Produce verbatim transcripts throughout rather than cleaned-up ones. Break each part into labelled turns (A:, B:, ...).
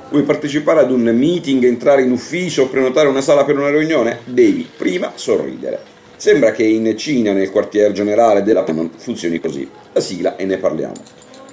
A: Vuoi partecipare ad un meeting, entrare in ufficio o prenotare una sala per una riunione? Devi prima sorridere. Sembra che in Cina, nel quartier generale della non funzioni così. La sigla e ne parliamo.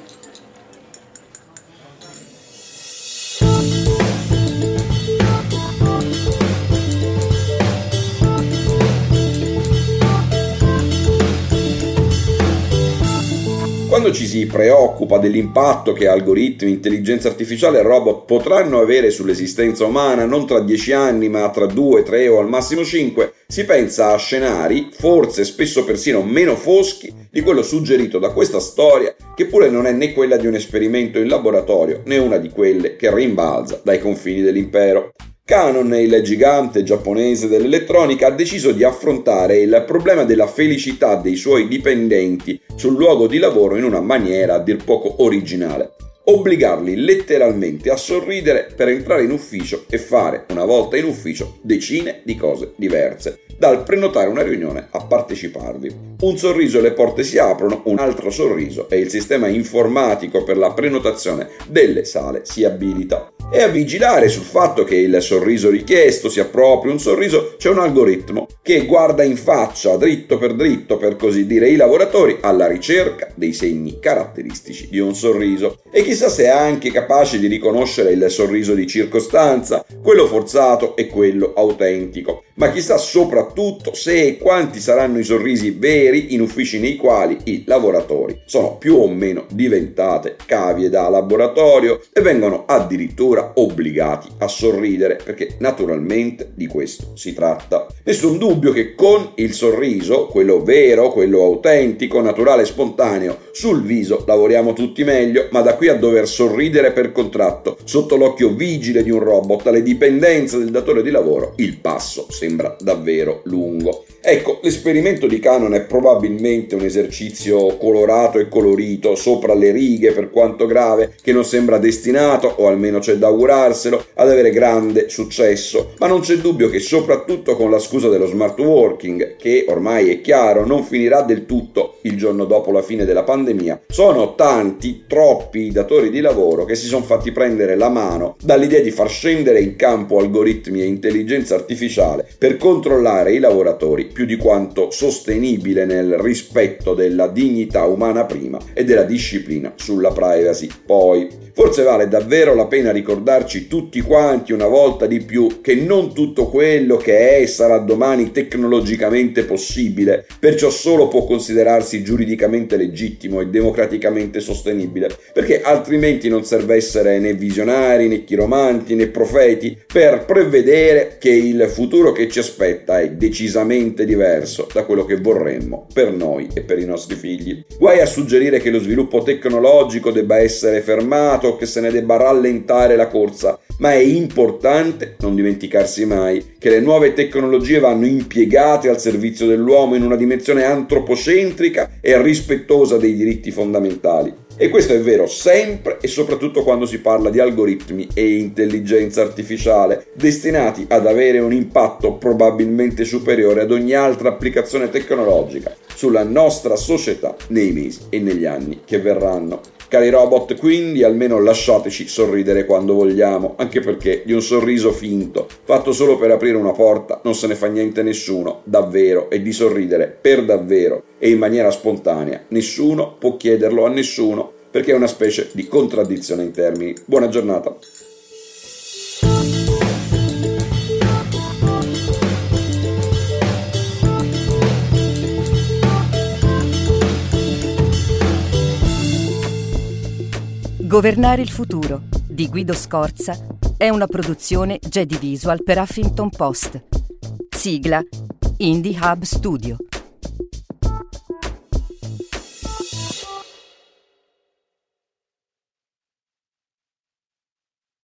A: Quando ci si preoccupa dell'impatto che algoritmi, intelligenza artificiale e robot potranno avere sull'esistenza umana non tra dieci anni ma tra due, tre o al massimo cinque, si pensa a scenari, forse spesso persino meno foschi di quello suggerito da questa storia, che pure non è né quella di un esperimento in laboratorio né una di quelle che rimbalza dai confini dell'impero. Canon, il gigante giapponese dell'elettronica, ha deciso di affrontare il problema della felicità dei suoi dipendenti sul luogo di lavoro in una maniera a dir poco originale. Obbligarli letteralmente a sorridere per entrare in ufficio e fare, una volta in ufficio, decine di cose diverse, dal prenotare una riunione a parteciparvi. Un sorriso e le porte si aprono, un altro sorriso e il sistema informatico per la prenotazione delle sale si abilita. E a vigilare sul fatto che il sorriso richiesto sia proprio un sorriso c'è un algoritmo che guarda in faccia, dritto per dritto per così dire, i lavoratori alla ricerca dei segni caratteristici di un sorriso. E chissà se è anche capace di riconoscere il sorriso di circostanza, quello forzato e quello autentico. Ma chissà soprattutto se e quanti saranno i sorrisi veri in uffici nei quali i lavoratori sono più o meno diventate cavie da laboratorio e vengono addirittura obbligati a sorridere, perché naturalmente di questo si tratta. Nessun dubbio che con il sorriso, quello vero, quello autentico, naturale e spontaneo, sul viso lavoriamo tutti meglio, ma da qui a dover sorridere per contratto, sotto l'occhio vigile di un robot, alle dipendenze del datore di lavoro, il passo sembra davvero lungo. Ecco, l'esperimento di Canon è probabilmente un esercizio colorato e colorito, sopra le righe per quanto grave, che non sembra destinato, o almeno c'è da augurarselo, ad avere grande successo, ma non c'è dubbio che soprattutto con la scusa dello smart working, che ormai è chiaro non finirà del tutto il giorno dopo la fine della pandemia, sono tanti, troppi i datori di lavoro che si sono fatti prendere la mano dall'idea di far scendere in campo algoritmi e intelligenza artificiale per controllare i lavoratori più di quanto sostenibile nel rispetto della dignità umana prima e della disciplina sulla privacy poi. Forse vale davvero la pena ricordarci tutti quanti una volta di più che non tutto quello che è sarà domani tecnologicamente possibile, perciò solo può considerarsi giuridicamente legittimo e democraticamente sostenibile, perché altrimenti non serve essere né visionari, né chiromanti, né profeti per prevedere che il futuro che ci aspetta è decisamente diverso da quello che vorremmo per noi e per i nostri figli. Guai a suggerire che lo sviluppo tecnologico debba essere fermato, che se ne debba rallentare la corsa, ma è importante non dimenticarsi mai che le nuove tecnologie vanno impiegate al servizio dell'uomo in una dimensione antropocentrica e rispettosa dei diritti fondamentali. E questo è vero sempre e soprattutto quando si parla di algoritmi e intelligenza artificiale, destinati ad avere un impatto probabilmente superiore ad ogni altra applicazione tecnologica sulla nostra società nei mesi e negli anni che verranno. Cari robot, quindi almeno lasciateci sorridere quando vogliamo, anche perché di un sorriso finto, fatto solo per aprire una porta, non se ne fa niente nessuno, davvero, e di sorridere per davvero e in maniera spontanea nessuno può chiederlo a nessuno, perché è una specie di contraddizione in termini. Buona giornata.
B: Governare il futuro di Guido Scorza è una produzione Jedi Visual per Huffington Post. Sigla Indie Hub Studio.